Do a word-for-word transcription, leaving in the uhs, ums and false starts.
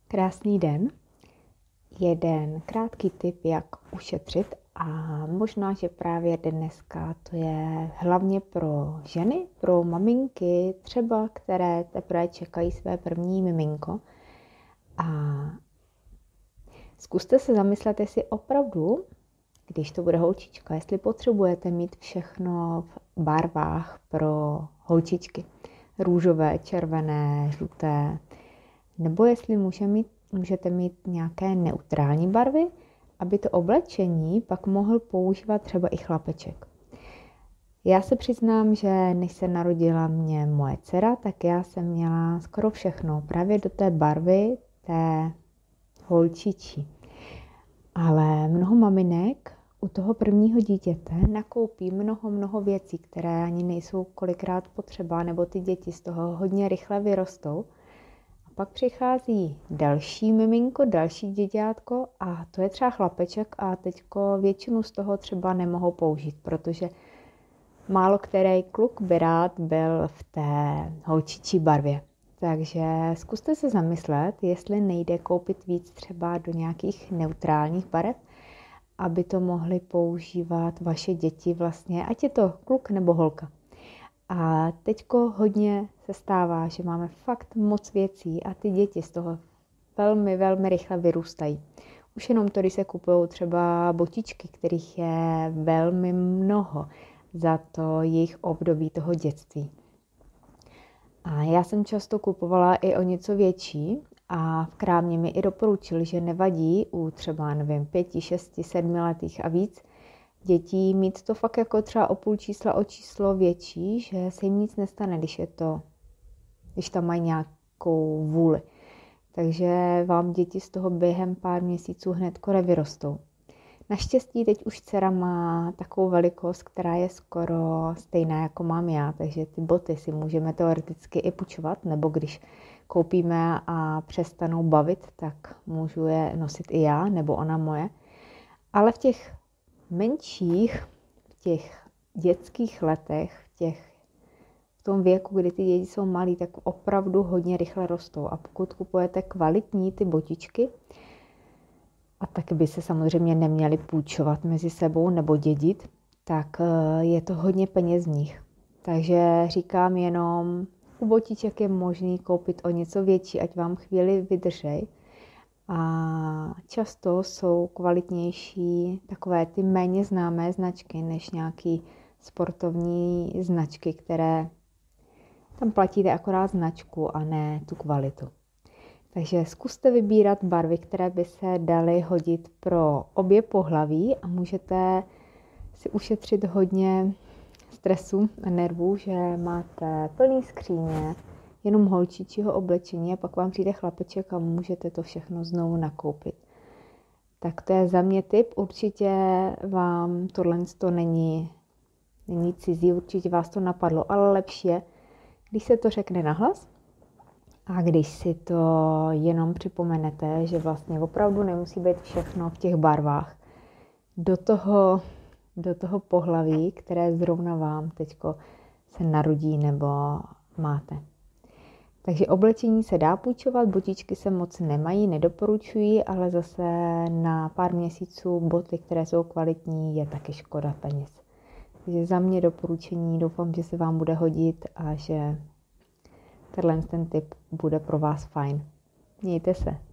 Krásný den. Jeden krátký tip, jak ušetřit, a možná, že právě dneska to je hlavně pro ženy, pro maminky třeba, které teprve čekají své první miminko. A zkuste se zamyslet, jestli opravdu, když to bude holčička, jestli potřebujete mít všechno v barvách pro holčičky. Růžové, červené, žluté, nebo jestli může mít, můžete mít nějaké neutrální barvy, aby to oblečení pak mohl používat třeba i chlapeček. Já se přiznám, že než se narodila mě moje dcera, tak já jsem měla skoro všechno, právě do té barvy té holčičí. Ale mnoho maminek u toho prvního dítěte nakoupí mnoho, mnoho věcí, které ani nejsou kolikrát potřeba, nebo ty děti z toho hodně rychle vyrostou. A pak přichází další miminko, další děťátko a to je třeba chlapeček a teďko většinu z toho třeba nemohou použít, protože málo který kluk by rád byl v té holčičí barvě. Takže zkuste se zamyslet, jestli nejde koupit víc třeba do nějakých neutrálních barev, aby to mohly používat vaše děti vlastně, ať je to kluk nebo holka. A teďko hodně se stává, že máme fakt moc věcí a ty děti z toho velmi, velmi rychle vyrůstají. Už jenom to, když se kupují třeba botičky, kterých je velmi mnoho za to jejich období toho dětství. A já jsem často kupovala i o něco větší a v krámě mi i doporučili, že nevadí u třeba, nevím, pěti, šesti, sedmiletých a víc dětí mít to fakt jako třeba o půl čísla, o číslo větší, že se jim nic nestane, když je to, když tam mají nějakou vůli. Takže vám děti z toho během pár měsíců hnedko nevyrostou. Naštěstí teď už dcera má takovou velikost, která je skoro stejná, jako mám já, takže ty boty si můžeme teoreticky i půjčovat, nebo když koupíme a přestanou bavit, tak můžu je nosit i já, nebo ona moje. Ale v těch menších, v těch dětských letech, v, těch, v tom věku, kdy ty děti jsou malí, tak opravdu hodně rychle rostou. A pokud kupujete kvalitní ty botičky, a taky by se samozřejmě neměly půjčovat mezi sebou nebo dědit, tak je to hodně penězních. Takže říkám jenom, u botiček je možný koupit o něco větší, ať vám chvíli vydržej. A často jsou kvalitnější takové ty méně známé značky, než nějaký sportovní značky, které tam platíte akorát značku a ne tu kvalitu. Takže zkuste vybírat barvy, které by se daly hodit pro obě pohlaví a můžete si ušetřit hodně stresu a nervů, že máte plný skříně jenom holčičího oblečení a pak vám přijde chlapeček a můžete to všechno znovu nakoupit. Tak to je za mě tip. Určitě vám tohle to není, není cizí, určitě vás to napadlo, ale lepší je, když se to řekne nahlas a když si to jenom připomenete, že vlastně opravdu nemusí být všechno v těch barvách do toho, do toho pohlaví, které zrovna vám teďko se narodí nebo máte. Takže oblečení se dá půjčovat, botičky se moc nemají, nedoporučují, ale zase na pár měsíců boty, které jsou kvalitní, je taky škoda peněz. Takže za mě doporučení, doufám, že se vám bude hodit a že tenhle ten tip bude pro vás fajn. Mějte se.